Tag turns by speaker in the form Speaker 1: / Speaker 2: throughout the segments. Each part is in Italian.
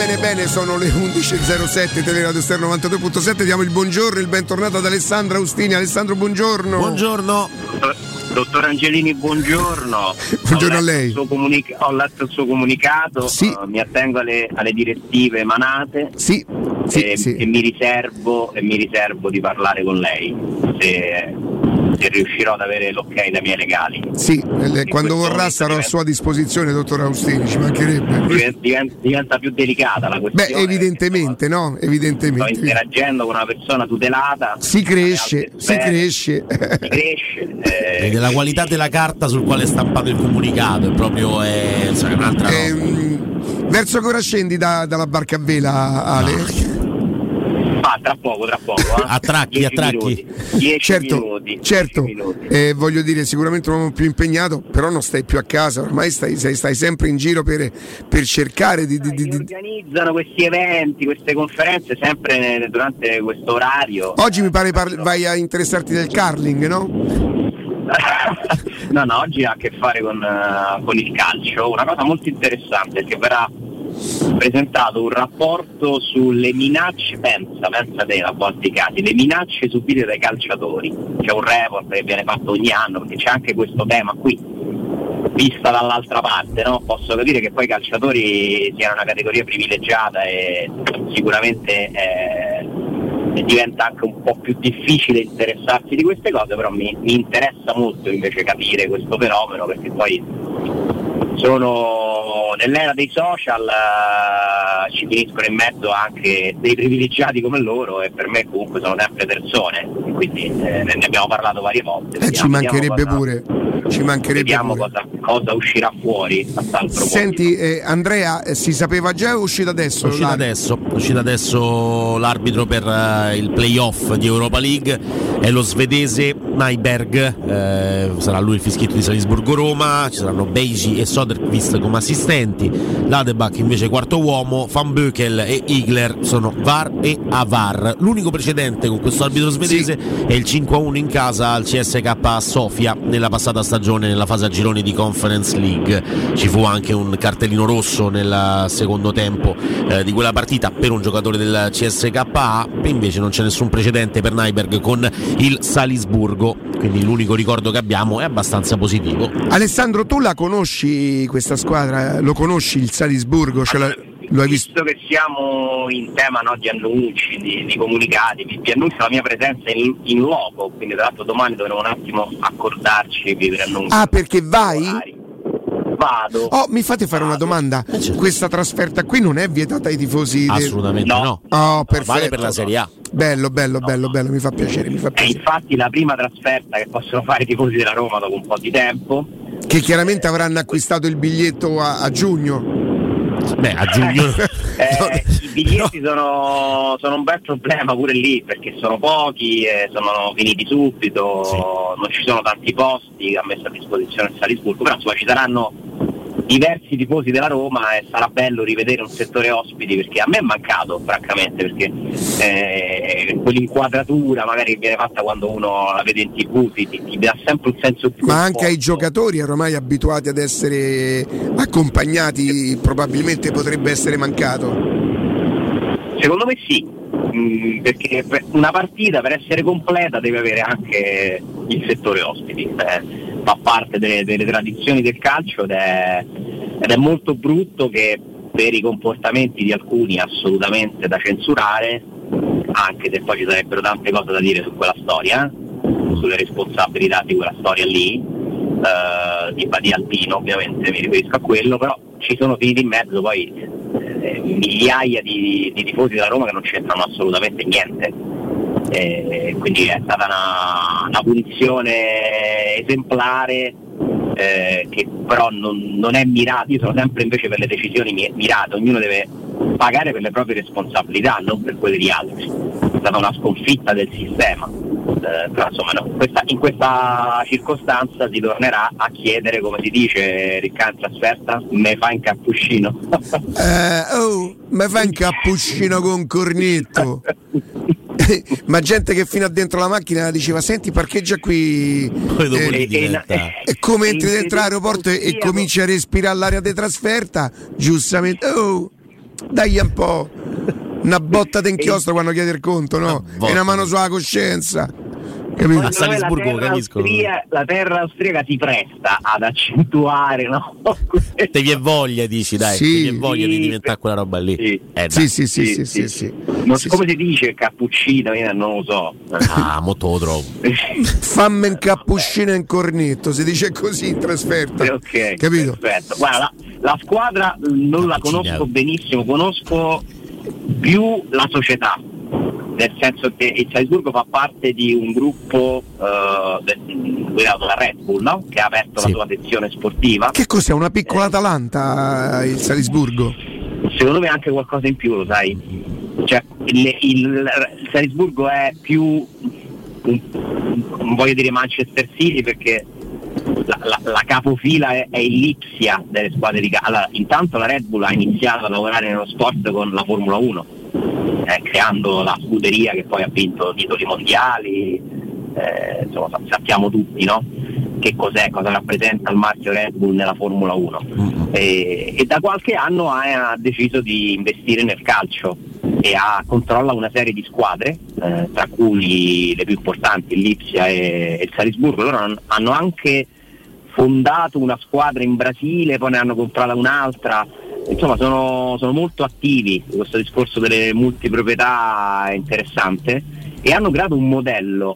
Speaker 1: Bene, sono le 11.07, Teleradio Stereo 92.7, diamo il buongiorno, il bentornato ad Alessandro Austini. Alessandro, buongiorno.
Speaker 2: Buongiorno.
Speaker 3: Dottor Angelini, buongiorno.
Speaker 1: Buongiorno a lei.
Speaker 3: Ho letto il suo comunicato,
Speaker 1: sì.
Speaker 3: Mi attengo alle direttive emanate.
Speaker 1: Sì.
Speaker 3: E mi riservo di parlare con lei se riuscirò ad avere l'ok dai miei legali.
Speaker 1: Sì, quando vorrà sarò a sua disposizione, dottor Austini, ci mancherebbe.
Speaker 3: Diventa più delicata la questione.
Speaker 1: Beh, evidentemente, no? Evidentemente.
Speaker 3: Sto interagendo con una persona tutelata.
Speaker 1: Si cresce.
Speaker 2: Vede la qualità della carta sul quale è stampato il comunicato, è proprio un'altra roba.
Speaker 1: Verso che ora scendi dalla barca a vela, Ale?
Speaker 3: No. Tra poco.
Speaker 2: Attracchi.
Speaker 3: 10
Speaker 1: certo.
Speaker 3: minuti.
Speaker 1: Voglio dire, sicuramente un uomo più impegnato, però non stai più a casa, ormai stai sempre in giro per cercare di
Speaker 3: organizzano questi eventi, queste conferenze sempre durante questo orario.
Speaker 1: Oggi mi pare vai a interessarti del curling, no?
Speaker 3: No, oggi ha a che fare con il calcio, una cosa molto interessante, perché verrà presentato un rapporto sulle minacce, pensa te a volte i casi, le minacce subite dai calciatori. C'è un report che viene fatto ogni anno, perché c'è anche questo tema qui, vista dall'altra parte, no? Posso capire che poi i calciatori siano una categoria privilegiata e sicuramente diventa anche un po' più difficile interessarsi di queste cose, però mi interessa molto invece capire questo fenomeno, perché poi nell'era dei social ci finiscono in mezzo anche dei privilegiati come loro, e per me comunque sono sempre persone, quindi ne abbiamo parlato varie volte.
Speaker 1: Ci mancherebbe pure.
Speaker 3: Vediamo cosa uscirà fuori a tal proposito.
Speaker 1: Senti, Andrea, si sapeva già o è uscito adesso?
Speaker 2: È uscito adesso l'arbitro per il playoff di Europa League, è lo svedese Nyberg, sarà lui il fischietto di Salisburgo-Roma, ci saranno Beiji e Soderqvist come assistenti, Ladebach invece quarto uomo, Van Beukel e Igler sono VAR e AVAR. L'unico precedente con questo arbitro svedese è il 5-1 in casa al CSKA a Sofia nella passata stagione, nella fase a gironi di Conference League. Ci fu anche un cartellino rosso nel secondo tempo di quella partita per un giocatore del CSKA, invece non c'è nessun precedente per Nyberg con il Salisburgo, quindi l'unico ricordo che abbiamo è abbastanza positivo.
Speaker 1: Alessandro, tu la conosci questa squadra? Lo conosci il Salisburgo? Lo hai visto?
Speaker 3: Che siamo in tema di annunci, di comunicati, vi annuncio la mia presenza in loco, quindi tra l'altro domani dovremo un attimo accordarci per annunci.
Speaker 1: Ah, perché vai?
Speaker 3: Vado.
Speaker 1: Mi fate fare una domanda? Questa trasferta qui non è vietata ai tifosi?
Speaker 2: Assolutamente no.
Speaker 1: Oh, perfetto.
Speaker 2: Vale per la Serie A.
Speaker 1: Bello, mi fa piacere.
Speaker 3: È infatti la prima trasferta che possono fare i tifosi della Roma dopo un po' di tempo.
Speaker 1: Che chiaramente avranno acquistato il biglietto a giugno.
Speaker 2: Beh, a giugno
Speaker 3: i biglietti sono un bel problema pure lì, perché sono pochi, sono finiti subito, non ci sono tanti posti ha messo a disposizione il Salisburgo, però insomma ci saranno diversi tifosi della Roma e sarà bello rivedere un settore ospiti, perché a me è mancato francamente, perché quell'inquadratura magari che viene fatta quando uno la vede in TV ti dà sempre un senso più
Speaker 1: ma anche ai giocatori ormai abituati ad essere accompagnati probabilmente potrebbe essere mancato.
Speaker 3: Secondo me sì, perché una partita per essere completa deve avere anche il settore ospiti, fa parte delle tradizioni del calcio ed è molto brutto che per i comportamenti di alcuni assolutamente da censurare, anche se poi ci sarebbero tante cose da dire su quella storia, sulle responsabilità di quella storia lì, di Albino ovviamente, mi riferisco a quello, però ci sono finiti in mezzo poi migliaia di tifosi della Roma che non c'entrano assolutamente niente, quindi è stata una punizione esemplare, che però non è mirata. Io sono sempre invece per le decisioni mirate, ognuno deve pagare per le proprie responsabilità, non per quelle di altri. È stata una sconfitta del sistema, però insomma in questa circostanza si tornerà a chiedere, come si dice Riccardo in trasferta, me fa in cappuccino.
Speaker 1: Me fa in cappuccino con cornetto. Ma gente che fino a dentro la macchina diceva: senti, parcheggia qui, e come entri dentro l'aeroporto e cominci a respirare l'aria di trasferta, giustamente dagli un po' una botta d'inchiostro quando chiede il conto, no? E una mano sulla coscienza.
Speaker 2: A Salisburgo capisco.
Speaker 3: La terra austriaca si presta ad accentuare, no?
Speaker 2: Te vi è voglia, dici, dai, te vi è voglia di diventare quella roba lì.
Speaker 1: Sì.
Speaker 3: Come si dice cappuccino? Io non lo so.
Speaker 2: Molto lo trovo.
Speaker 1: Fammi un cappuccino in cornetto, si dice così in trasferta.
Speaker 3: Ok,
Speaker 1: capito?
Speaker 3: Perfetto. Guarda, la squadra non la conosco benissimo, conosco più la società. Nel senso che il Salisburgo fa parte di un gruppo guidato da Red Bull, no? Che ha aperto la sua sezione sportiva.
Speaker 1: Che cos'è? Una piccola Atalanta il Salisburgo?
Speaker 3: Secondo me anche qualcosa in più, lo sai. Cioè, il Salisburgo è più non voglio dire Manchester City, perché la capofila è il Lipsia delle squadre di casa. Allora, intanto la Red Bull ha iniziato a lavorare nello sport con la Formula 1, creando la scuderia che poi ha vinto titoli mondiali, insomma sappiamo tutti, no? Che cos'è, cosa rappresenta il marchio Red Bull nella Formula 1 e da qualche anno ha deciso di investire nel calcio e controlla una serie di squadre, tra cui le più importanti, il Lipsia e il Salisburgo. Loro hanno anche fondato una squadra in Brasile, poi ne hanno comprata un'altra. Insomma sono molto attivi. Questo discorso delle multiproprietà è interessante e hanno creato un modello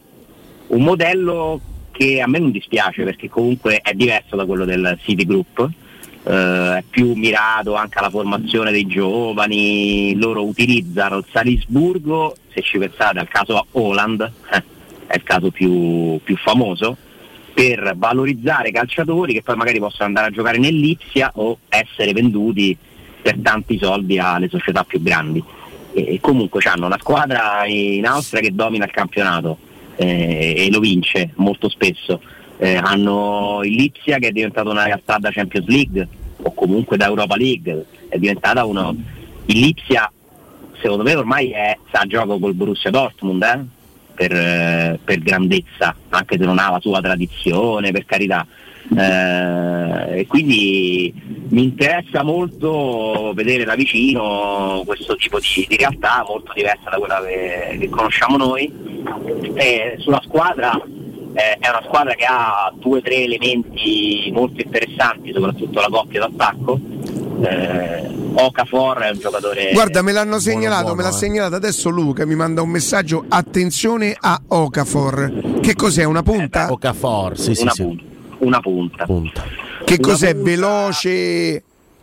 Speaker 3: che a me non dispiace, perché comunque è diverso da quello del City Group, è più mirato anche alla formazione dei giovani. Loro utilizzano il Salisburgo, se ci pensate al caso Haaland, è il caso più famoso, per valorizzare calciatori che poi magari possono andare a giocare nel Lipsia o essere venduti per tanti soldi alle società più grandi. E comunque hanno una squadra in Austria che domina il campionato e lo vince molto spesso. Hanno il Lipsia che è diventata una realtà da Champions League o comunque da Europa League, è diventata il Lipsia secondo me ormai sa gioco col Borussia Dortmund, per grandezza, anche se non ha la sua tradizione, per carità, e quindi mi interessa molto vedere da vicino questo tipo di realtà molto diversa da quella che conosciamo noi. Sulla squadra è una squadra che ha 2 o 3 elementi molto interessanti, soprattutto la coppia d'attacco. Okafor è un giocatore.
Speaker 1: Guarda, me l'hanno segnalato, me l'ha segnalato adesso Luca, mi manda un messaggio: attenzione a Okafor. Che cos'è, una punta?
Speaker 2: Okafor, sì.
Speaker 3: Una punta.
Speaker 1: Che cos'è, veloce?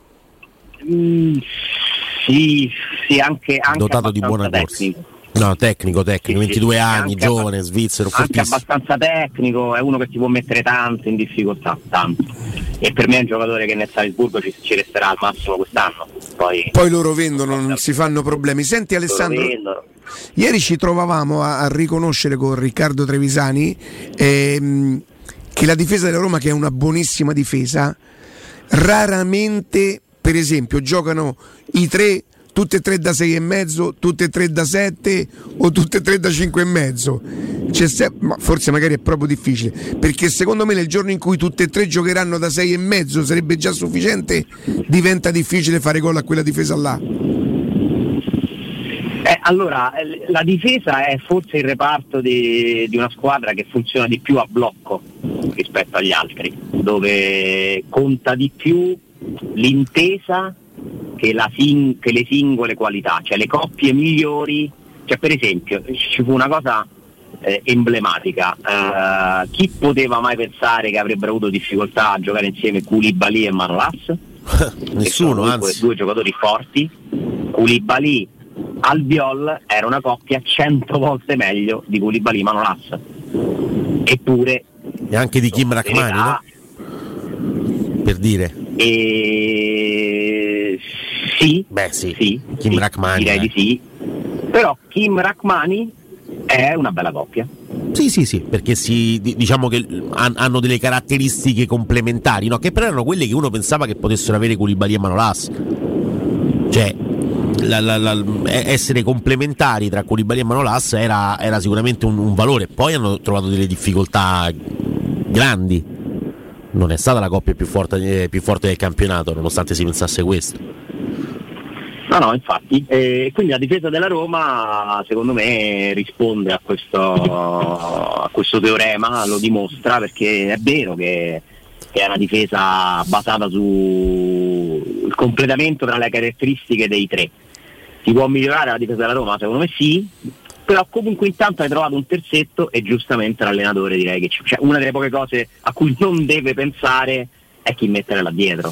Speaker 3: Sì, anche
Speaker 2: dotato di buona corsa. No, tecnico, 22 anni, giovane, svizzero,
Speaker 3: anche
Speaker 2: fortissimo.
Speaker 3: abbastanza tecnico, è uno che ti può mettere tanto in difficoltà, tanto. E per me è un giocatore che nel Salisburgo ci resterà al massimo quest'anno. Poi
Speaker 1: loro vendono, non si fanno problemi. Senti Alessandro, ieri ci trovavamo a riconoscere con Riccardo Trevisani che la difesa della Roma, che è una buonissima difesa, raramente, per esempio, giocano i 3 tutte e 3 da 6,5, tutte e 3 da 7 o tutte e 3 da 5,5. Ma forse magari è proprio difficile, perché secondo me nel giorno in cui tutte e 3 giocheranno da 6,5 sarebbe già sufficiente, diventa difficile fare gol a quella difesa là.
Speaker 3: Allora, la difesa è forse il reparto di una squadra che funziona di più a blocco rispetto agli altri, dove conta di più l'intesa che le singole qualità, cioè le coppie migliori. Cioè, per esempio, ci fu una cosa emblematica, chi poteva mai pensare che avrebbero avuto difficoltà a giocare insieme Koulibaly e Manolas?
Speaker 2: Nessuno, anzi.
Speaker 3: 2 giocatori forti. Koulibaly Albiol era una coppia 100 volte meglio di Koulibaly Manolas, eppure
Speaker 2: e anche di Kim Rachmani, no? Per dire.
Speaker 3: Sì.
Speaker 2: Kim Rachmani.
Speaker 3: Direi di sì. Però Kim Rachmani è una bella coppia.
Speaker 2: Sì, perché diciamo che hanno delle caratteristiche complementari, no? Che però erano quelle che uno pensava che potessero avere Koulibaly e Manolas. Cioè, essere complementari tra Koulibaly e Manolas era sicuramente un valore. Poi hanno trovato delle difficoltà grandi. Non è stata la coppia più forte del campionato, nonostante si pensasse questo.
Speaker 3: No, infatti. Quindi la difesa della Roma, secondo me, risponde a questo teorema, lo dimostra, perché è vero che è una difesa basata sul completamento tra le caratteristiche dei tre. Si può migliorare la difesa della Roma? Secondo me sì, però comunque intanto hai trovato un terzetto e giustamente l'allenatore direi che cioè, una delle poche cose a cui non deve pensare è chi mettere là dietro.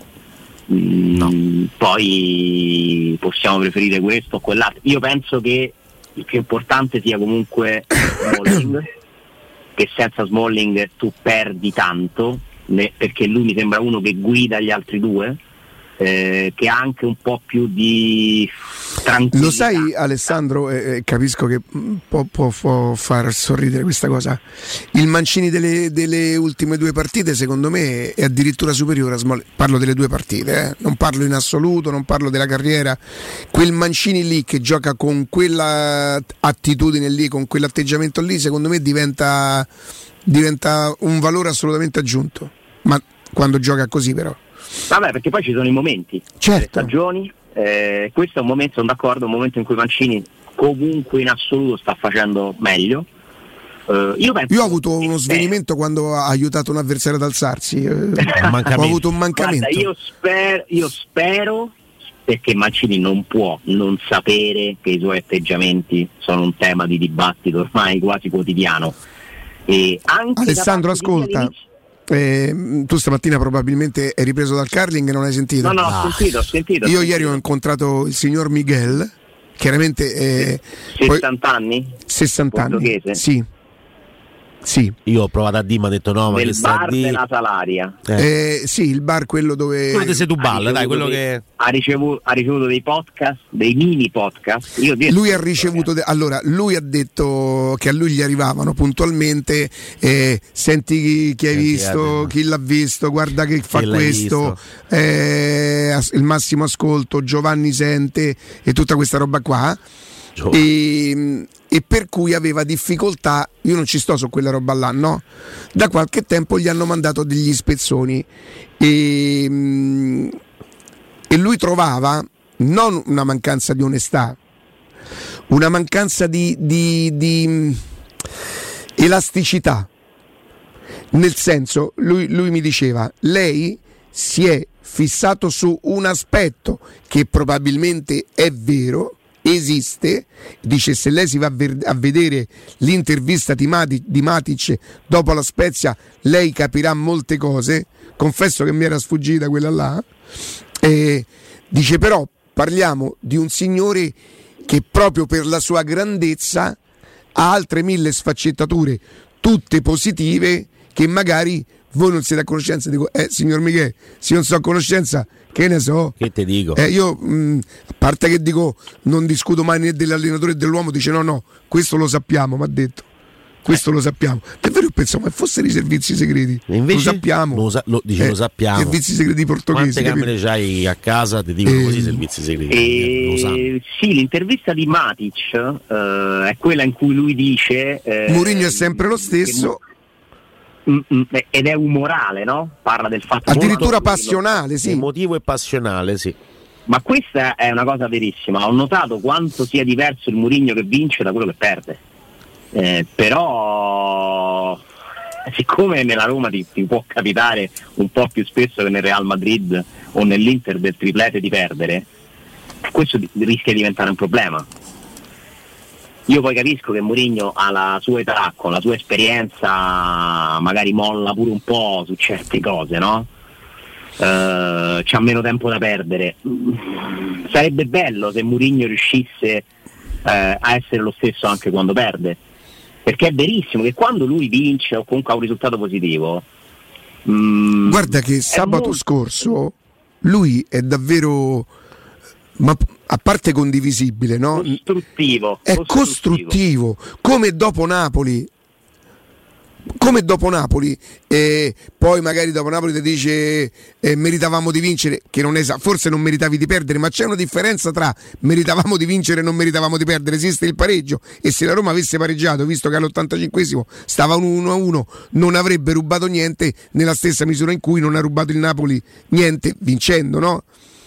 Speaker 3: Poi possiamo preferire questo o quell'altro. Io penso che il più importante sia comunque Smalling, che senza Smalling tu perdi tanto, perché lui mi sembra uno che guida gli altri due, che ha anche un po' più di tranquillità.
Speaker 1: Lo sai, Alessandro, capisco che può far sorridere questa cosa. Il Mancini delle ultime due partite secondo me è addirittura superiore a Smalling. Parlo delle due partite, non parlo in assoluto, non parlo della carriera. Quel Mancini lì che gioca con quella attitudine lì, con quell'atteggiamento lì, secondo me diventa un valore assolutamente aggiunto, ma quando gioca così però.
Speaker 3: Vabbè, perché poi ci sono i momenti,
Speaker 1: certo.
Speaker 3: Le stagioni, questo è un momento, sono d'accordo, un momento in cui Mancini comunque in assoluto sta facendo meglio. Io ho
Speaker 1: avuto uno svenimento quando ha aiutato un avversario ad alzarsi, ho avuto un mancamento.
Speaker 3: Guarda, io spero, perché Mancini non può non sapere che i suoi atteggiamenti sono un tema di dibattito ormai quasi quotidiano. E anche
Speaker 1: Alessandro, ascolta, tu stamattina probabilmente hai ripreso dal curling e non hai sentito?
Speaker 3: No, ho sentito.
Speaker 1: Io ieri ho incontrato il signor Miguel, chiaramente
Speaker 3: 60 anni?
Speaker 1: 60 anni, sì.
Speaker 2: Io ho provato a dire, ma ha detto no, ma
Speaker 3: nel
Speaker 2: che sta
Speaker 3: bar della Salaria.
Speaker 1: Sì, il bar quello dove
Speaker 2: sei tu balla, dai, quello che
Speaker 3: ha ricevuto dei podcast, dei mini podcast.
Speaker 1: Lui ha ricevuto lui ha detto che a lui gli arrivavano puntualmente, senti chi hai visto, chi l'ha visto, guarda che fa questo, il massimo ascolto, Giovanni sente e tutta questa roba qua. E per cui aveva difficoltà, io non ci sto su quella roba là, no? Da qualche tempo gli hanno mandato degli spezzoni e lui trovava non una mancanza di onestà, una mancanza di elasticità, nel senso, lui mi diceva, lei si è fissato su un aspetto che probabilmente è vero, esiste, dice, se lei si va a vedere l'intervista di Matic dopo la Spezia lei capirà molte cose, confesso che mi era sfuggita quella là, dice però parliamo di un signore che proprio per la sua grandezza ha altre 1000 sfaccettature tutte positive che magari voi non siete a conoscenza. Dico, signor Michele, se io non so a conoscenza, che ne so?
Speaker 2: Che te dico?
Speaker 1: Io, a parte che dico, non discuto mai né dell'allenatore né dell'uomo, dice no, questo lo sappiamo, mi ha detto. Questo lo sappiamo. Davvero io pensavo che fossero i servizi segreti.
Speaker 2: E invece
Speaker 1: lo sappiamo.
Speaker 2: Lo sappiamo.
Speaker 1: Servizi segreti portoghesi.
Speaker 2: Quante camere c'hai a casa? Ti dicono così i servizi segreti.
Speaker 3: Sì, l'intervista di Matic è quella in cui lui dice
Speaker 1: Mourinho è sempre lo stesso.
Speaker 3: Ed è umorale, no? Parla del fatto
Speaker 1: addirittura passionale, sì.
Speaker 2: Emotivo e passionale, sì.
Speaker 3: Ma questa è una cosa verissima. Ho notato quanto sia diverso il Mourinho che vince da quello che perde. Però siccome nella Roma ti può capitare un po' più spesso che nel Real Madrid o nell'Inter del triplete di perdere, questo rischia di diventare un problema. Io poi capisco che Mourinho ha la sua età, con la sua esperienza magari molla pure un po' su certe cose, no? C'ha meno tempo da perdere. Sarebbe bello se Mourinho riuscisse a essere lo stesso anche quando perde, perché è verissimo che quando lui vince o comunque ha un risultato positivo,
Speaker 1: guarda che sabato scorso lui è davvero, ma a parte condivisibile, no? È costruttivo, come dopo Napoli. Poi magari dopo Napoli ti dice meritavamo di vincere, che non è forse non meritavi di perdere, ma c'è una differenza tra meritavamo di vincere e non meritavamo di perdere. Esiste il pareggio, e se la Roma avesse pareggiato, visto che all'85esimo stava 1-1, non avrebbe rubato niente nella stessa misura in cui non ha rubato il Napoli niente vincendo, no?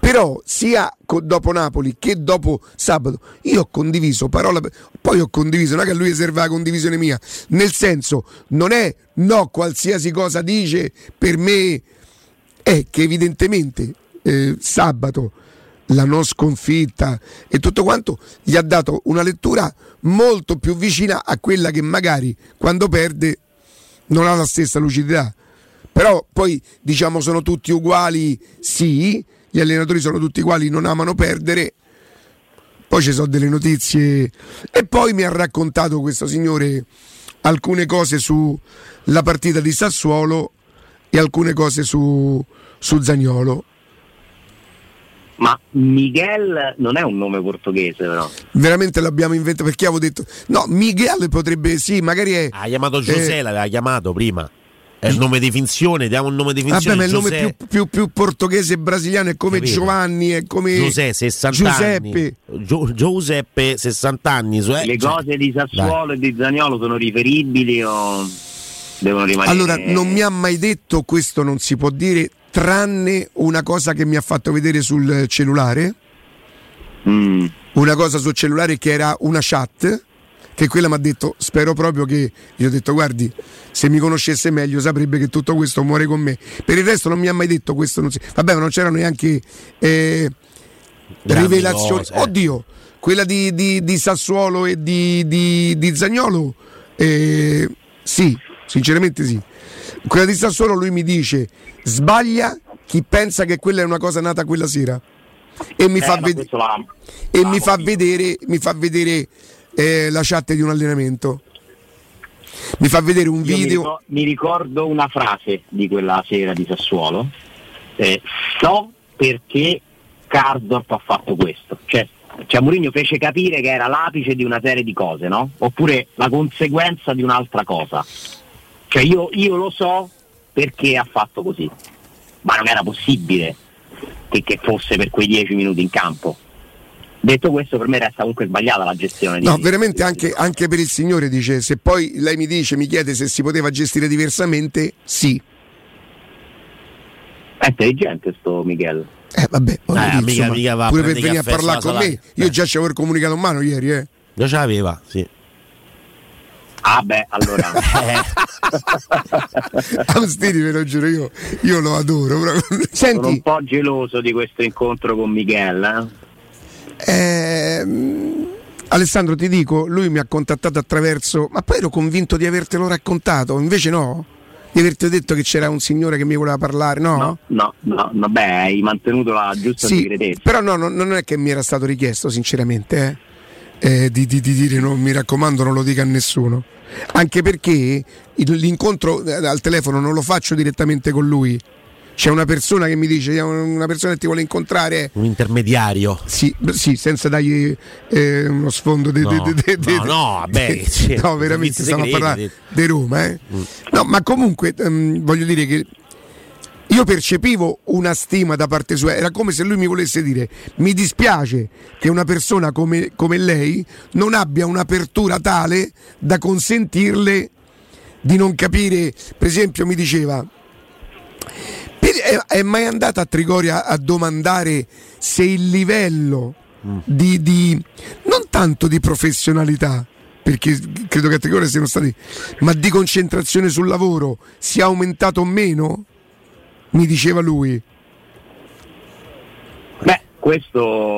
Speaker 1: Però sia dopo Napoli che dopo sabato io ho condiviso parola, poi ho condiviso, non è che a lui serve la condivisione mia, nel senso non è no qualsiasi cosa dice, per me è che evidentemente sabato la non sconfitta e tutto quanto gli ha dato una lettura molto più vicina a quella che magari quando perde non ha la stessa lucidità. Però poi diciamo sono tutti uguali, sì, gli allenatori sono tutti uguali, non amano perdere. Poi ci sono delle notizie e poi mi ha raccontato questo signore alcune cose sulla partita di Sassuolo e alcune cose su Zaniolo.
Speaker 3: Ma Miguel non è un nome portoghese, però.
Speaker 1: Veramente l'abbiamo inventato, perché avevo detto no, Miguel potrebbe, sì, magari è.
Speaker 2: Ha chiamato José, l'aveva chiamato prima. È il nome di finzione, diamo un nome di finzione.
Speaker 1: Vabbè, ma il nome più portoghese brasiliano è come capito? Giovanni, è come
Speaker 2: José, 60
Speaker 1: Giuseppe.
Speaker 2: Anni. Giuseppe, 60 anni.
Speaker 3: Le cose di Sassuolo e di Zaniolo sono riferibili o devono rimanere?
Speaker 1: Allora, non mi ha mai detto, questo non si può dire, tranne una cosa che mi ha fatto vedere sul cellulare. Una cosa sul cellulare che era una chat, che quella mi ha detto, spero proprio che, gli ho detto guardi, se mi conoscesse meglio saprebbe che tutto questo muore con me. Per il resto non mi ha mai detto questo, vabbè, ma non c'erano neanche rivelazioni. Oddio, quella di Sassuolo e di Zaniolo, sì, sinceramente sì. Quella di Sassuolo lui mi dice sbaglia chi pensa che quella è una cosa nata quella sera e mi fa vedere la chat di un allenamento, mi fa vedere un video.
Speaker 3: Mi ricordo una frase di quella sera di Sassuolo, so perché Karsdorp ha fatto questo, cioè Mourinho fece capire che era l'apice di una serie di cose, no? Oppure la conseguenza di un'altra cosa, cioè io lo so perché ha fatto così, ma non era possibile che fosse per quei 10 minuti in campo. Detto questo, per me resta comunque sbagliata la gestione.
Speaker 1: No, veramente anche per il signore, dice, se poi lei mi chiede se si poteva gestire diversamente, sì.
Speaker 3: È intelligente sto Miguel.
Speaker 1: Vabbè,
Speaker 2: mica va
Speaker 1: pure per venire a parlare con me. Io già ci avevo comunicato in mano ieri,
Speaker 2: Già ce l'aveva, sì.
Speaker 3: Ah beh, allora
Speaker 1: Austini, ve lo giuro, io lo adoro. Senti,
Speaker 3: sono un po' geloso di questo incontro con Miguel,
Speaker 1: Alessandro, ti dico, lui mi ha contattato attraverso, ma poi ero convinto di avertelo raccontato, invece no, di averti detto che c'era un signore che mi voleva parlare, no?
Speaker 3: No, vabbè, hai mantenuto la giusta segretezza.
Speaker 1: Però no, non è che mi era stato richiesto sinceramente di dire no, mi raccomando non lo dica a nessuno, anche perché l'incontro al telefono non lo faccio direttamente con lui. C'è una persona che mi dice, una persona che ti vuole incontrare,
Speaker 2: un intermediario.
Speaker 1: Sì, sesenza dargli uno sfondo
Speaker 2: vabbè,
Speaker 1: no, veramente stiamo a parlare di Roma, No, ma comunque voglio dire che io percepivo una stima da parte sua, era come se lui mi volesse dire mi dispiace che una persona come lei non abbia un'apertura tale da consentirle di non capire. Per esempio mi diceva, è mai andata a Trigoria a domandare se il livello di non tanto di professionalità, perché credo che a Trigoria siano stati, ma di concentrazione sul lavoro sia aumentato o meno? Mi diceva lui.
Speaker 3: Beh, questo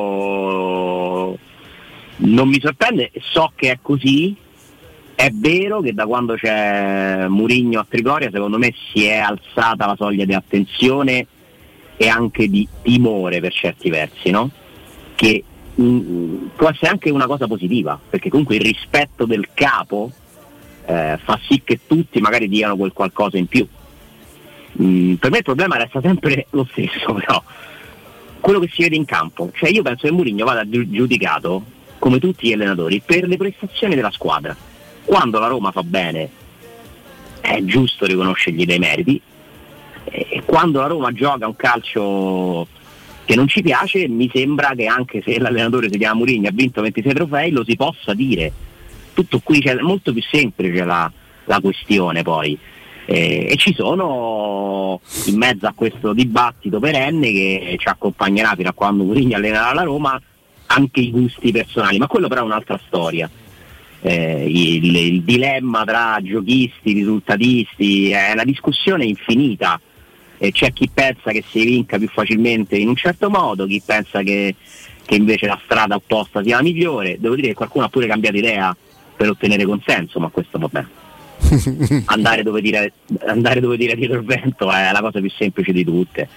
Speaker 3: non mi sorprende, so che è così. È vero che da quando c'è Mourinho a Trigoria, secondo me, si è alzata la soglia di attenzione e anche di timore per certi versi, no? Che può essere anche una cosa positiva, perché comunque il rispetto del capo fa sì che tutti magari diano quel qualcosa in più. Per me il problema resta sempre lo stesso, però quello che si vede in campo, cioè io penso che Mourinho vada giudicato, come tutti gli allenatori, per le prestazioni della squadra. Quando la Roma fa bene è giusto riconoscergli dei meriti, e quando la Roma gioca un calcio che non ci piace, mi sembra che anche se l'allenatore si chiama Mourinho, ha vinto 26 trofei, lo si possa dire. Tutto qui, c'è molto più semplice la questione poi. E ci sono in mezzo a questo dibattito perenne che ci accompagnerà fino a quando Mourinho allenerà la Roma anche i gusti personali, ma quello però è un'altra storia. Il dilemma tra giochisti, risultatisti è una discussione infinita, e c'è chi pensa che si vinca più facilmente in un certo modo, chi pensa che invece la strada opposta sia la migliore. Devo dire che qualcuno ha pure cambiato idea per ottenere consenso, ma questo va bene. andare dove dire dietro il vento è la cosa più semplice di tutte.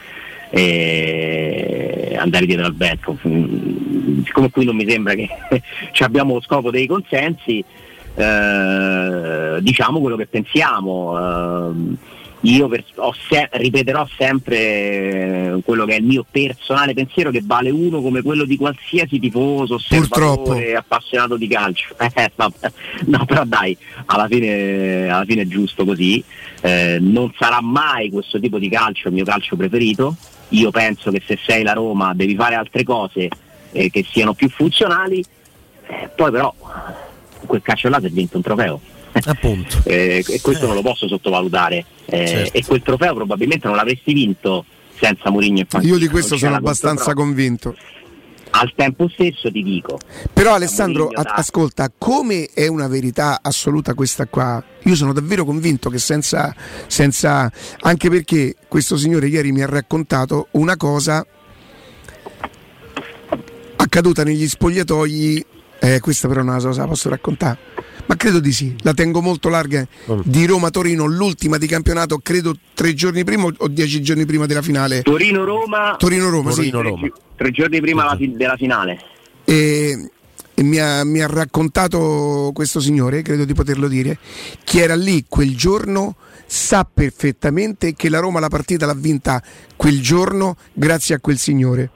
Speaker 3: Andare dietro al vento, siccome qui non mi sembra che abbiamo lo scopo dei consensi, diciamo quello che pensiamo. Io ripeterò sempre quello che è il mio personale pensiero, che vale uno come quello di qualsiasi tifoso, osservatore, appassionato di calcio. No, però dai, alla fine è giusto così. Non sarà mai questo tipo di calcio il mio calcio preferito. Io penso che se sei la Roma devi fare altre cose che siano più funzionali. Poi però quel calcio là si è vinto un trofeo.
Speaker 2: Appunto.
Speaker 3: E questo non lo posso sottovalutare, certo. E quel trofeo probabilmente non l'avresti vinto senza Mourinho e Panchina.
Speaker 1: Io di questo sono abbastanza convinto.
Speaker 3: Al tempo stesso ti dico,
Speaker 1: però Alessandro, ascolta, come è una verità assoluta questa qua, io sono davvero convinto che senza anche perché questo signore ieri mi ha raccontato una cosa accaduta negli spogliatoi, questa però non la so se la posso raccontare, ma credo di sì, la tengo molto larga, di Roma-Torino, l'ultima di campionato, credo 3 giorni prima o 10 giorni prima della finale.
Speaker 3: Torino-Roma,
Speaker 1: sì.
Speaker 3: 3 giorni prima della finale.
Speaker 1: E mi ha raccontato questo signore, credo di poterlo dire, chi era lì quel giorno sa perfettamente che la Roma la partita l'ha vinta quel giorno grazie a quel signore.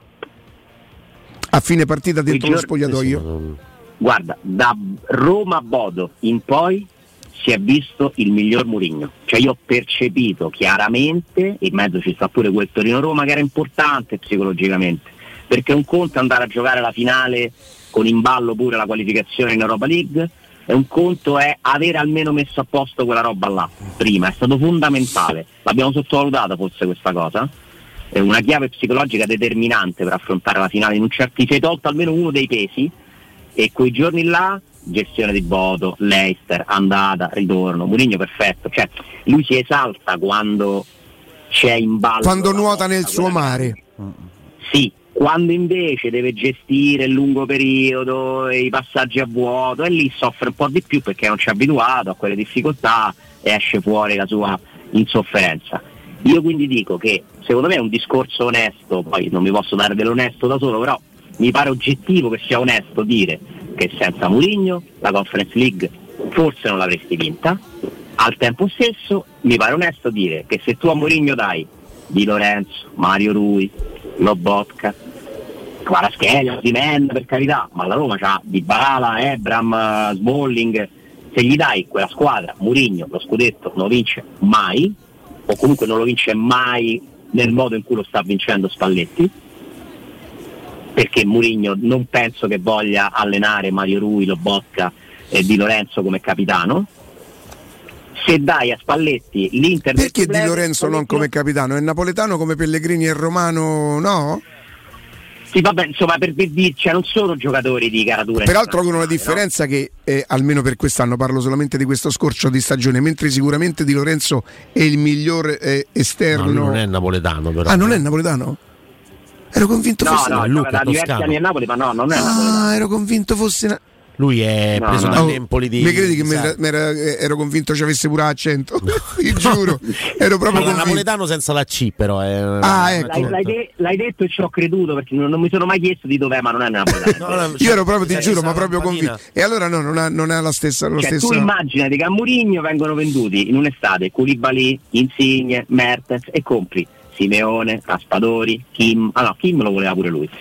Speaker 1: A fine partita dentro lo spogliatoio.
Speaker 3: Guarda, da Roma-Bodo in poi si è visto il miglior Mourinho. Cioè io ho percepito chiaramente, in mezzo ci sta pure quel Torino-Roma che era importante psicologicamente, perché un conto è andare a giocare la finale con in ballo pure la qualificazione in Europa League, e un conto è avere almeno messo a posto quella roba là prima. È stato fondamentale, l'abbiamo sottovalutata forse questa cosa. È una chiave psicologica determinante per affrontare la finale. Ti sei tolto almeno uno dei pesi, e quei giorni là gestione di Bodo, Leicester, andata, ritorno, Mourinho perfetto, cioè lui si esalta quando c'è in ballo,
Speaker 1: quando nuota nel suo mare.
Speaker 3: Sì, quando invece deve gestire il lungo periodo e i passaggi a vuoto, e lì soffre un po' di più perché non ci è abituato a quelle difficoltà e esce fuori la sua insofferenza. Io quindi dico che secondo me è un discorso onesto, poi non mi posso dare dell'onesto da solo, però mi pare oggettivo che sia onesto dire che senza Mourinho la Conference League forse non l'avresti vinta. Al tempo stesso mi pare onesto dire che se tu a Mourinho dai Di Lorenzo, Mario Rui, Lobotka, Kvaratskhelia, Osimhen, per carità, ma la Roma c'ha Dybala, Ebram, Smalling, se gli dai quella squadra, Mourinho lo scudetto non lo vince mai, o comunque non lo vince mai nel modo in cui lo sta vincendo Spalletti, perché Mourinho non penso che voglia allenare Mario Rui, Lobotka e Di Lorenzo come capitano. Se dai a Spalletti l'Inter,
Speaker 1: perché Di Lorenzo non come capitano? È napoletano come Pellegrini e Romano, no?
Speaker 3: Sì, vabbè, insomma, per dirci, non sono giocatori di caratura.
Speaker 1: Peraltro con una differenza, no? Che almeno per quest'anno, parlo solamente di questo scorcio di stagione, mentre sicuramente Di Lorenzo è il miglior esterno.
Speaker 2: No, non è napoletano però.
Speaker 1: Ah, non è napoletano? Ero convinto fosse
Speaker 3: da diversi anni a Napoli, ma no, non è napoletano.
Speaker 1: Ero convinto fosse
Speaker 2: lui è preso dall'Empoli di...
Speaker 1: Mi credi che ero convinto ci avesse pure accento? Ti giuro, ero proprio convinto.
Speaker 2: Napoletano senza la C però
Speaker 1: ecco.
Speaker 3: L'hai detto e ci ho creduto, perché non mi sono mai chiesto di dov'è, ma non è napoletano.
Speaker 1: Io ero proprio, ti giuro, ma proprio convinto. E allora no, non è la stessa.
Speaker 3: Tu immaginati che a Mourinho vengono venduti in un'estate Koulibaly, Insigne, Mertens, e compri Simeone, Raspadori, Kim lo voleva pure lui,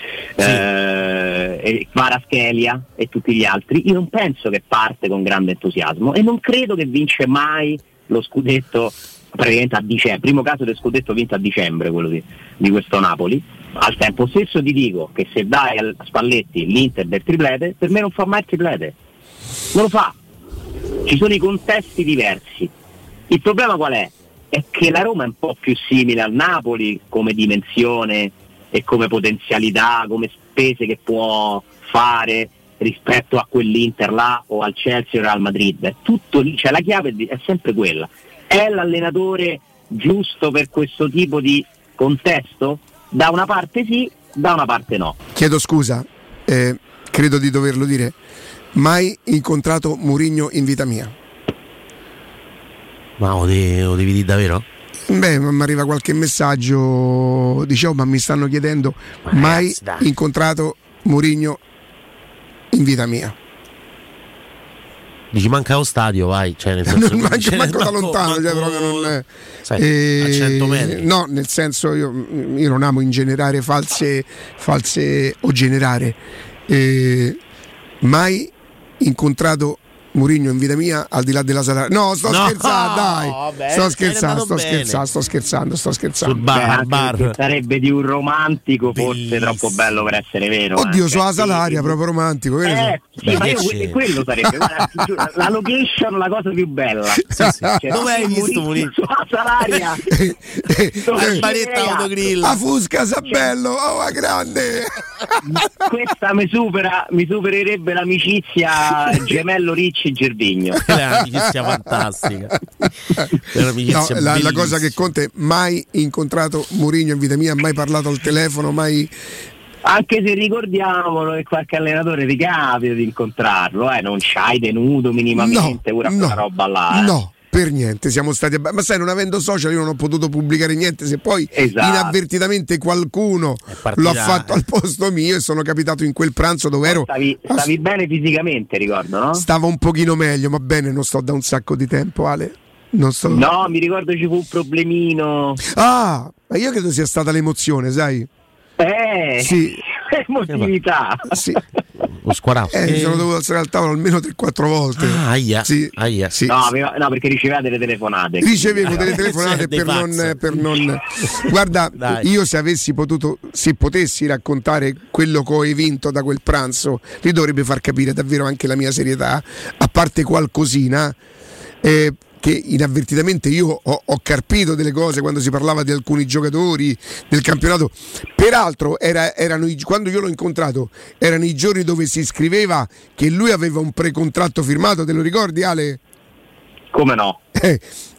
Speaker 3: sì. Kvaratskhelia e tutti gli altri. Io non penso che parte con grande entusiasmo, e non credo che vince mai lo scudetto praticamente a dicembre. Primo caso del scudetto vinto a dicembre, quello di questo Napoli. Al tempo stesso ti dico che se dai a Spalletti l'Inter del triplete, per me non fa mai il triplete, non lo fa. Ci sono i contesti diversi. Il problema qual è? è che la Roma è un po' più simile al Napoli come dimensione e come potenzialità, come spese che può fare rispetto a quell'Inter là o al Chelsea o al Madrid. È tutto lì, cioè la chiave è sempre quella. È l'allenatore giusto per questo tipo di contesto? Da una parte sì, da una parte no.
Speaker 1: Chiedo scusa, credo di doverlo dire, mai incontrato Mourinho in vita mia.
Speaker 2: Ma lo devi dire davvero?
Speaker 1: Beh, mi arriva qualche messaggio, dicevo, ma mi stanno chiedendo, mai incontrato Mourinho in vita mia.
Speaker 2: Dici manca lo stadio, vai, cioè nel senso,
Speaker 1: manco da lontano, cioè proprio non
Speaker 2: sai, a 100 metri.
Speaker 1: No, nel senso io non amo ingenerare false o generare. Mai incontrato Mourinho in vita mia al di là della sala. No, scherzando, dai.
Speaker 2: Vabbè,
Speaker 1: sto scherzando.
Speaker 2: Sul bar.
Speaker 3: Sarebbe di un romantico, forse troppo bello per essere vero.
Speaker 1: Oddio, sulla Salaria, proprio romantico.
Speaker 3: Sì, ma quello sarebbe la location, la cosa più bella.
Speaker 2: Sì. Cioè, dove hai visto Mourinho?
Speaker 3: Sulla Salaria.
Speaker 2: Al baretta autogrill.
Speaker 1: La Fusca Sabello, oh, grande.
Speaker 3: Questa mi supererebbe l'amicizia Gemello Ricci Gervigno.
Speaker 2: È un'amicizia fantastica.
Speaker 1: La cosa che conta è mai incontrato Mourinho in vita mia, mai parlato al telefono, mai.
Speaker 3: Anche se ricordiamolo che qualche allenatore ti capita di incontrarlo, non c'hai tenuto minimamente quella roba là.
Speaker 1: No, per niente, siamo stati ma sai, non avendo social io non ho potuto pubblicare niente, se poi inavvertitamente qualcuno lo ha fatto al posto mio e sono capitato in quel pranzo dove ero.
Speaker 3: Stavi bene fisicamente, ricordo, no?
Speaker 1: Stavo un pochino meglio, ma bene, non sto da un sacco di tempo, Ale.
Speaker 3: No, mi ricordo ci fu un problemino.
Speaker 1: Ma io credo sia stata l'emozione, sai? Sì.
Speaker 3: Emotività.
Speaker 1: Sì.
Speaker 2: Lo squarausto.
Speaker 1: Mi sono dovuto alzare al tavolo almeno 3-4 volte.
Speaker 2: Sì.
Speaker 3: No, perché riceveva delle telefonate.
Speaker 1: Ricevevo delle telefonate per non. Guarda, io se potessi raccontare quello che ho vinto da quel pranzo, li dovrebbe far capire davvero anche la mia serietà, a parte qualcosina. Che inavvertitamente io ho carpito delle cose quando si parlava di alcuni giocatori del campionato. Peraltro quando io l'ho incontrato erano i giorni dove si scriveva che lui aveva un precontratto firmato, te lo ricordi, Ale?
Speaker 3: Come no?
Speaker 1: E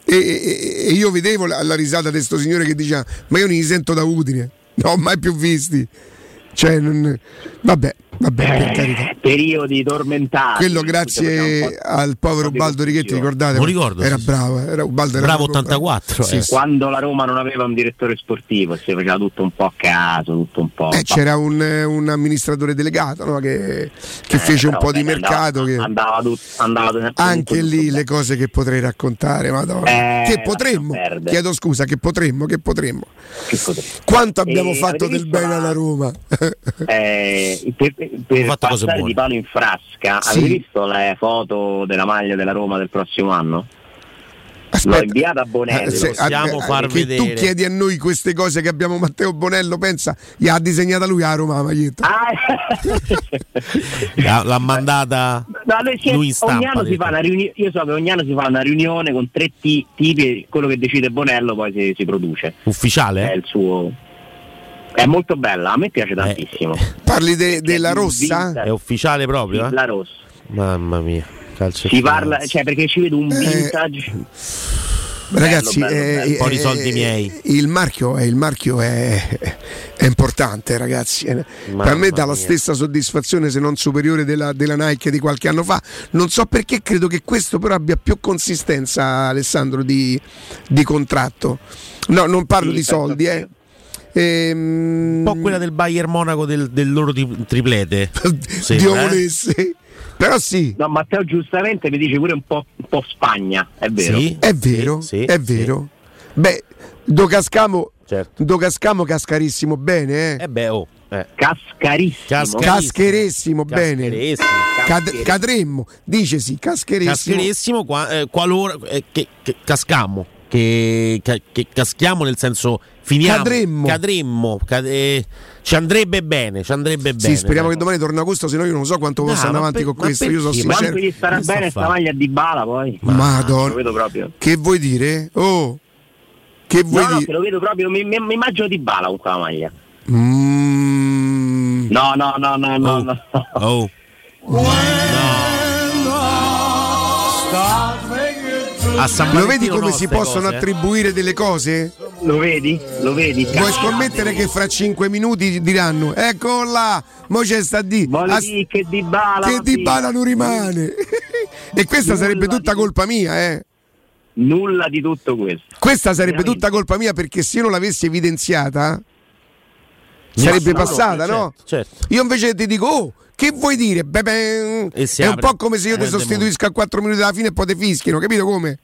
Speaker 1: io vedevo la risata di sto signore che diceva: ma io non li sento da Udine, non ho mai più visti. Cioè, vabbè, per carità.
Speaker 3: Periodi tormentati.
Speaker 1: Quello grazie al povero Ubaldo Righetti, ricordate?
Speaker 2: Non ricordo.
Speaker 1: Era bravo, Ubaldo era
Speaker 2: bravo 84.
Speaker 1: Sì.
Speaker 3: Quando la Roma non aveva un direttore sportivo, si faceva tutto un po' a caso, tutto un po'.
Speaker 1: C'era un amministratore delegato, no? che fece un po' di mercato.
Speaker 3: Andava
Speaker 1: anche lì le cose che potrei raccontare, madonna. Che potremmo? Chiedo scusa, che potremmo? Quanto abbiamo fatto del bene alla Roma?
Speaker 3: Per passare di palo in frasca, avete visto le foto della maglia della Roma del prossimo anno? L'ho inviata a Bonello.
Speaker 2: Possiamo far vedere.
Speaker 1: Tu chiedi a noi queste cose che abbiamo Matteo Bonello, pensa, gli ha disegnata lui a Roma la maglietta.
Speaker 2: L'ha mandata lui in stampa.
Speaker 3: Ogni anno si fa una riunione, io so che ogni anno si fa una riunione con 3 tipi, quello che decide Bonello poi si produce.
Speaker 2: Ufficiale?
Speaker 3: È il suo. È molto bella, a me piace tantissimo.
Speaker 1: Parli della rossa?
Speaker 2: È ufficiale proprio?
Speaker 3: La rossa.
Speaker 2: Mamma mia, calcio.
Speaker 3: Si parla, cioè, perché ci vedo un vintage.
Speaker 1: Ragazzi,
Speaker 3: bello.
Speaker 2: Un po' di soldi miei.
Speaker 1: Il marchio è importante, ragazzi. Per me dà la stessa soddisfazione, se non superiore, della Nike di qualche anno fa. Non so perché, credo che questo però abbia più consistenza, Alessandro, di contratto. No, non parlo di soldi,
Speaker 2: un po' quella del Bayern Monaco del loro triplete.
Speaker 1: Dio volesse. Però sì.
Speaker 3: No, Matteo giustamente mi dice pure un po' Spagna, è vero?
Speaker 1: Sì, è vero, è vero. Beh, Do Cascamo cascarissimo bene, Cascherissimo bene. Cadremmo, dice sì,
Speaker 2: cascherissimo qualora che cascammo. Che caschiamo, nel senso finiamo, cadremmo, ci andrebbe bene.
Speaker 1: Sì, speriamo che domani torna Augusto, se no io non so quanto posso andare avanti con questo. Io sono sincero.
Speaker 3: Quanto gli starà bene sta maglia di Dybala poi?
Speaker 1: Madonna,
Speaker 3: lo vedo proprio.
Speaker 1: Che vuoi dire? Che vuoi
Speaker 3: dire? Te lo vedo proprio, mi immagino Dybala con quella maglia. No.
Speaker 2: Oh.
Speaker 1: Lo vedi come si possono attribuire delle cose?
Speaker 3: Lo vedi?
Speaker 1: Vuoi scommettere che fra 5 minuti diranno eccola, mo c'è sta
Speaker 3: che Dybala
Speaker 1: non rimane. E questa sarebbe tutta colpa mia,
Speaker 3: Nulla di tutto questo.
Speaker 1: Questa sarebbe tutta colpa mia, perché se io non l'avessi evidenziata sarebbe passata, no?
Speaker 2: Certo.
Speaker 1: Io invece ti dico, che vuoi dire? È un po' come se io ti sostituisco a 4 minuti dalla fine e poi te fischino, capito come?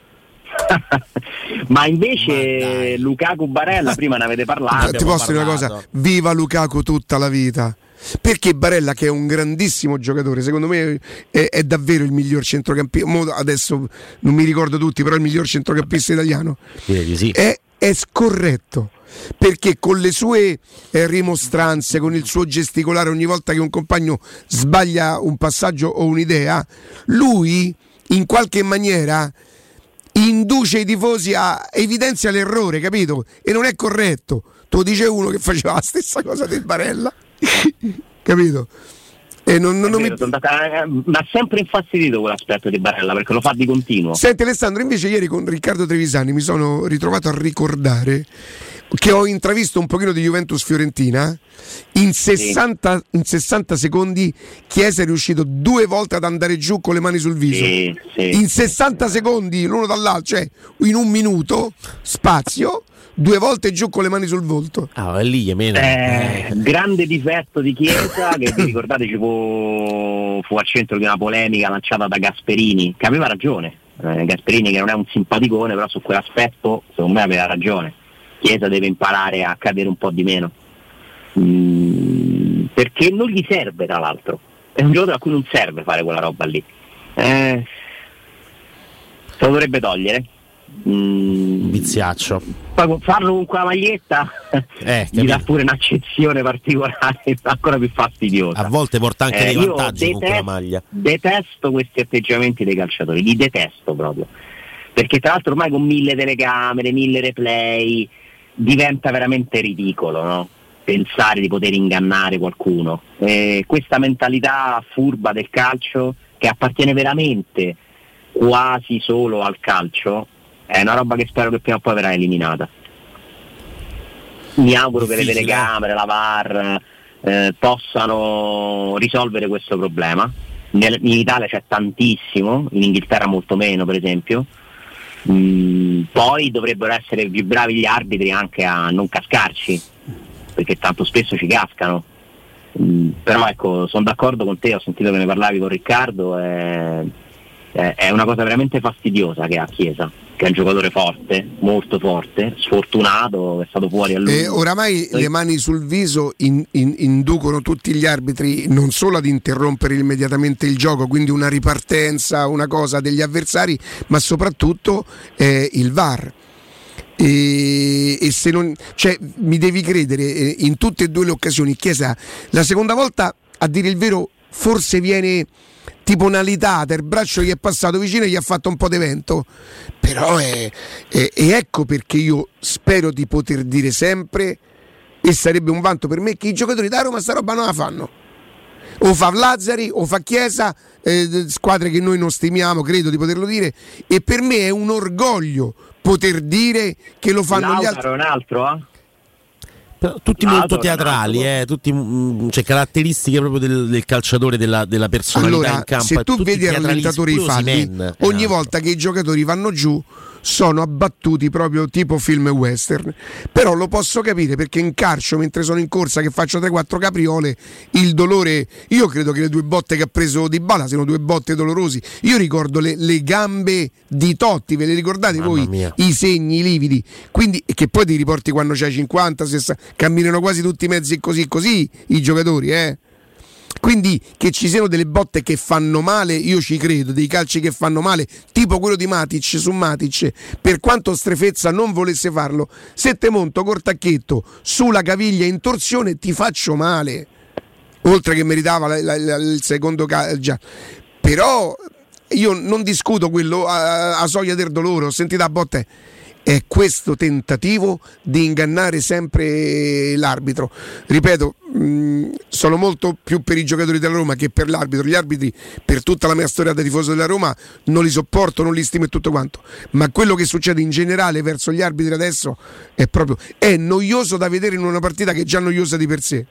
Speaker 3: Ma invece Lukaku Barella, prima ne avete parlato.
Speaker 1: Ti posso dire una cosa? Viva Lukaku tutta la vita. Perché Barella, che è un grandissimo giocatore, secondo me è davvero il miglior centrocampista, adesso non mi ricordo tutti, però è il miglior centrocampista italiano.
Speaker 2: Sì.
Speaker 1: È scorretto, perché con le sue rimostranze, con il suo gesticolare ogni volta che un compagno sbaglia un passaggio o un'idea, lui in qualche maniera induce i tifosi a evidenzia l'errore, capito? E non è corretto. Te lo dice uno che faceva la stessa cosa del Barella. Capito? E non mi
Speaker 3: ha sempre infastidito quell'aspetto di Barella, perché lo fa di continuo.
Speaker 1: Senti Alessandro, invece ieri con Riccardo Trevisani mi sono ritrovato a ricordare che ho intravisto un pochino di Juventus-Fiorentina. In 60 secondi Chiesa è riuscito 2 volte ad andare giù con le mani sul viso. In 60 secondi l'uno dall'altro, cioè in un minuto spazio, 2 volte giù con le mani sul volto.
Speaker 2: Lì
Speaker 3: grande difetto di Chiesa, che vi ricordate fu al centro di una polemica lanciata da Gasperini, che aveva ragione. Gasperini, che non è un simpaticone, però su quell'aspetto secondo me aveva ragione. Chiesa deve imparare a cadere un po' di meno, perché non gli serve, tra l'altro è un giocatore a cui non serve fare quella roba lì, se lo dovrebbe togliere.
Speaker 2: Viziaccio.
Speaker 3: Poi farlo con quella maglietta gli dà pure un'accezione particolare ancora più fastidiosa.
Speaker 2: A volte porta anche dei vantaggi con quella maglia.
Speaker 3: Detesto questi atteggiamenti dei calciatori, li detesto proprio, perché tra l'altro ormai con 1000 telecamere, 1000 replay diventa veramente ridicolo, no? Pensare di poter ingannare qualcuno. Questa mentalità furba del calcio, che appartiene veramente quasi solo al calcio, è una roba che spero che prima o poi verrà eliminata. Mi auguro che le telecamere, la VAR possano risolvere questo problema. In Italia c'è tantissimo, in Inghilterra molto meno, per esempio. Poi dovrebbero essere più bravi gli arbitri anche a non cascarci, perché tanto spesso ci cascano. Però ecco, sono d'accordo con te, ho sentito che ne parlavi con Riccardo, è una cosa veramente fastidiosa che ha Chiesa, che è un giocatore forte, molto forte, sfortunato, è stato fuori a lungo.
Speaker 1: E oramai le mani sul viso inducono tutti gli arbitri non solo ad interrompere immediatamente il gioco, quindi una ripartenza, una cosa degli avversari, ma soprattutto il VAR. E se non, cioè, mi devi credere, in tutte e 2 le occasioni Chiesa la seconda volta, a dire il vero, forse viene tipo una litata, il braccio gli è passato vicino e gli ha fatto un po' di vento, però e ecco perché io spero di poter dire sempre, e sarebbe un vanto per me, che i giocatori da Roma sta roba non la fanno, o fa Lazzari o fa Chiesa, squadre che noi non stimiamo, credo di poterlo dire, e per me è un orgoglio poter dire che lo fanno
Speaker 3: Lautaro
Speaker 1: gli altri.
Speaker 3: È un altro,
Speaker 2: tutti molto teatrali, tutti, cioè, caratteristiche proprio del calciatore, della personalità,
Speaker 1: allora,
Speaker 2: in campo.
Speaker 1: Se tu vedi al rallentatore i falli, ogni volta che i giocatori vanno giù sono abbattuti proprio tipo film western. Però lo posso capire, perché in calcio, mentre sono in corsa che faccio 3-4 capriole, il dolore, io credo che le 2 botte che ha preso Dybala siano 2 botte dolorosi. Io ricordo le gambe di Totti, ve le ricordate? Mamma voi mia. I segni, i lividi, quindi, che poi ti riporti quando c'hai 50, 60, camminano quasi tutti i mezzi così i giocatori, Quindi che ci siano delle botte che fanno male, io ci credo, dei calci che fanno male, tipo quello di Matic su Matic, per quanto Strefezza non volesse farlo, se te monto col tacchetto sulla caviglia in torsione ti faccio male, oltre che meritava il secondo già. Però io non discuto quello a soglia del dolore, ho sentito a botte. è questo tentativo di ingannare sempre l'arbitro. Ripeto, sono molto più per i giocatori della Roma che per l'arbitro. Gli arbitri, per tutta la mia storia da tifoso della Roma, non li sopporto, non li stimo e tutto quanto, ma quello che succede in generale verso gli arbitri adesso è noioso da vedere in una partita che è già noiosa di per sé.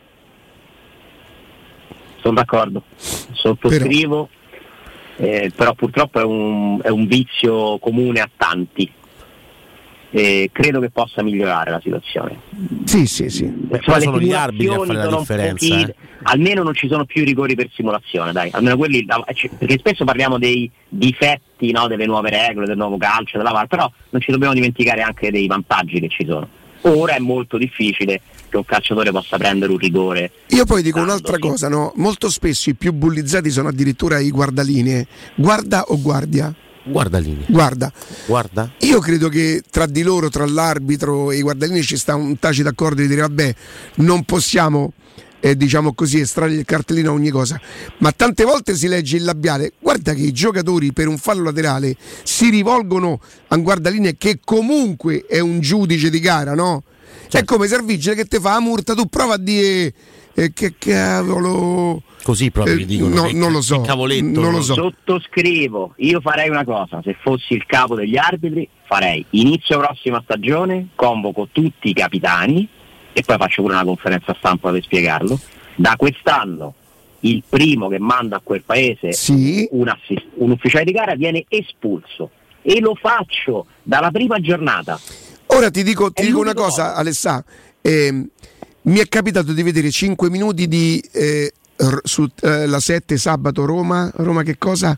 Speaker 3: Sono d'accordo, sottoscrivo, però purtroppo è un vizio comune a tanti. Credo che possa migliorare la situazione.
Speaker 1: Sì.
Speaker 2: Poi sono gli arbitri a fare la differenza.
Speaker 3: Almeno non ci sono più rigori per simulazione, dai. Almeno quelli, perché spesso parliamo dei difetti, no, delle nuove regole, del nuovo calcio, della VAR, però non ci dobbiamo dimenticare anche dei vantaggi che ci sono. Ora è molto difficile che un calciatore possa prendere un rigore. Io
Speaker 1: poi dico un'altra cosa, no? Molto spesso i più bullizzati sono addirittura i guardalinee. Guarda o guardia?
Speaker 2: Guardalinee.
Speaker 1: Guarda.
Speaker 2: Io
Speaker 1: credo che tra di loro, tra l'arbitro e i guardalinee, ci sta un tacito accordo di dire vabbè, non possiamo diciamo così estrarre il cartellino a ogni cosa, ma tante volte si legge il labiale. Guarda che i giocatori per un fallo laterale si rivolgono a un guardalinee che comunque è un giudice di gara, no? Certo. È come se il vigile che te fa la multa, tu prova a dire che cavolo,
Speaker 2: così proprio gli dicono,
Speaker 1: non lo so, non lo so.
Speaker 3: Sottoscrivo, io farei una cosa, se fossi il capo degli arbitri farei inizio prossima stagione, convoco tutti i capitani e poi faccio pure una conferenza stampa per spiegarlo. Da quest'anno il primo che manda a quel paese un ufficiale di gara viene espulso, e lo faccio dalla prima giornata.
Speaker 1: Ora ti dico una cosa, Alessà, mi è capitato di vedere 5 minuti di su la 7 sabato Roma che cosa?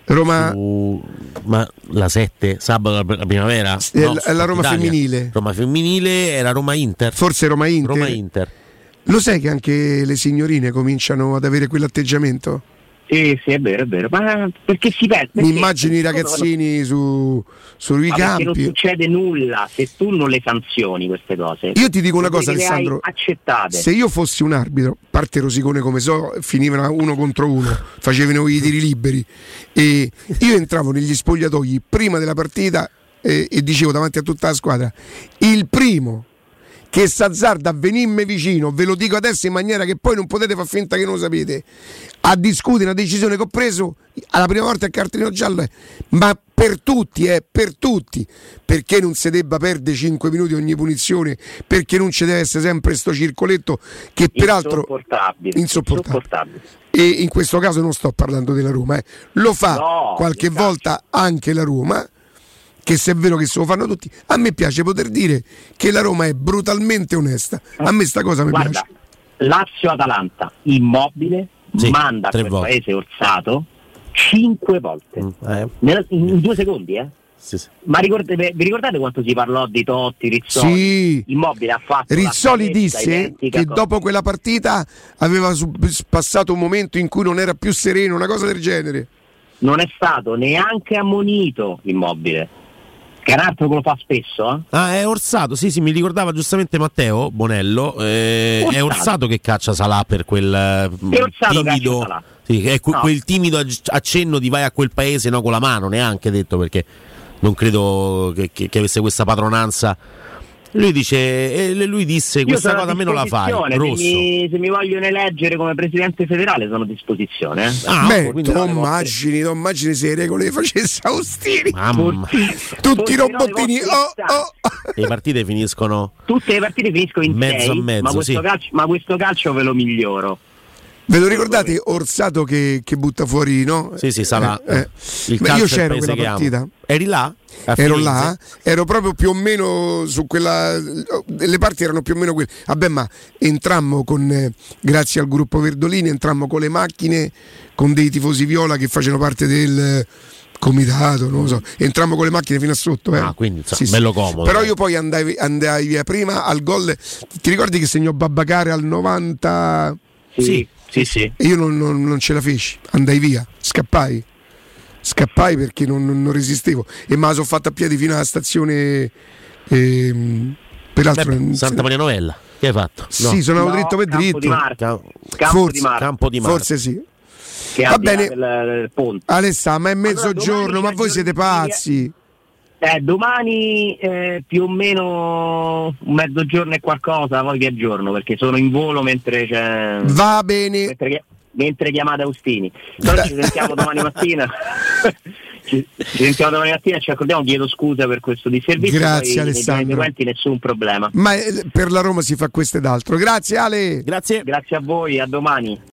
Speaker 2: Ma la 7 sabato la primavera?
Speaker 1: La Roma
Speaker 2: Italia.
Speaker 1: Femminile.
Speaker 2: Roma femminile era Roma Inter.
Speaker 1: Forse Roma Inter. Lo sai che anche le signorine cominciano ad avere quell'atteggiamento?
Speaker 3: Sì, è vero, ma perché si perde?
Speaker 1: Mi immagino i ragazzini sui campi.
Speaker 3: Non succede nulla se tu non le sanzioni queste cose.
Speaker 1: Io ti dico una cosa, Alessandro,
Speaker 3: accettate.
Speaker 1: Se io fossi un arbitro, parte rosicone come finivano 1 contro 1, facevano i tiri liberi, e io entravo negli spogliatoi prima della partita e dicevo davanti a tutta la squadra: il primo che s'azzarda a venirmi vicino, ve lo dico adesso in maniera che poi non potete far finta che non lo sapete, a discutere una decisione che ho preso, alla prima volta il cartellino giallo ma per tutti, perché non si debba perdere 5 minuti ogni punizione, perché non ci deve essere sempre sto circoletto che peraltro insopportabile. E in questo caso non sto parlando della Roma, lo fa qualche volta anche la Roma, che se è vero che se lo fanno tutti, a me piace poter dire che la Roma è brutalmente onesta. A me sta cosa mi piace.
Speaker 3: Lazio-Atalanta, Immobile manda a quel paese Orsato 5 volte in 2 secondi, Sì. Ma vi ricordate quanto si parlò di Totti, Rizzoli?
Speaker 1: Sì.
Speaker 3: Immobile ha fatto
Speaker 1: Rizzoli disse che dopo quella partita aveva passato un momento in cui non era più sereno, una cosa del genere.
Speaker 3: Non è stato neanche ammonito Immobile, che è un altro che lo fa spesso.
Speaker 2: È Orsato, sì, mi ricordava giustamente Matteo Bonello, è Orsato che caccia Salah per quel timido, quel timido accenno di vai a quel paese, no, con la mano, neanche detto, perché non credo che avesse questa padronanza. Lui disse questa cosa a me non la fai, Rosso.
Speaker 3: Se mi vogliono eleggere come presidente federale sono a disposizione.
Speaker 1: Immagini se le regole facesse Austini. Tutti i robottini.
Speaker 2: Le partite finiscono.
Speaker 3: Tutte le partite finiscono in
Speaker 2: mezzo 6, a mezzo.
Speaker 3: Ma questo calcio ve lo miglioro.
Speaker 1: Ve lo ricordate Orsato che butta fuori, no?
Speaker 2: Sì, sarà.
Speaker 1: Io c'ero quella partita.
Speaker 2: Eri là?
Speaker 1: Ero là, ero proprio più o meno su quella. Le parti erano più o meno quelle. Vabbè, ma entrammo grazie al gruppo Verdolini, entrammo con le macchine, con dei tifosi viola che facevano parte del comitato, non lo so. Entrammo con le macchine fino a sotto.
Speaker 2: Quindi bello comodo.
Speaker 1: Però io poi andai via prima al gol. Ti ricordi che segnò Babbacar al 90?
Speaker 3: Sì.
Speaker 1: E io non ce la feci, andai via, scappai perché non resistevo, e me la sono fatta a piedi fino alla stazione, peraltro
Speaker 2: Santa Maria Novella. Che hai fatto?
Speaker 1: Sì, sono dritto per dritto.
Speaker 2: Campo di Marte.
Speaker 1: Forse sì. Va bene, Alessà, ma è mezzogiorno, ma voi siete pazzi.
Speaker 3: Domani più o meno un mezzogiorno e qualcosa, poi vi aggiorno perché sono in volo mentre c'è.
Speaker 1: Va bene.
Speaker 3: Mentre chiamate Austini. Però ci sentiamo domani mattina. Ci sentiamo domani mattina e ci accordiamo. Chiedo scusa per questo disservizio.
Speaker 1: Grazie Alessandro.
Speaker 3: Nessun problema.
Speaker 1: Ma per la Roma si fa questo ed altro. Grazie Ale.
Speaker 2: Grazie
Speaker 3: a voi, a domani.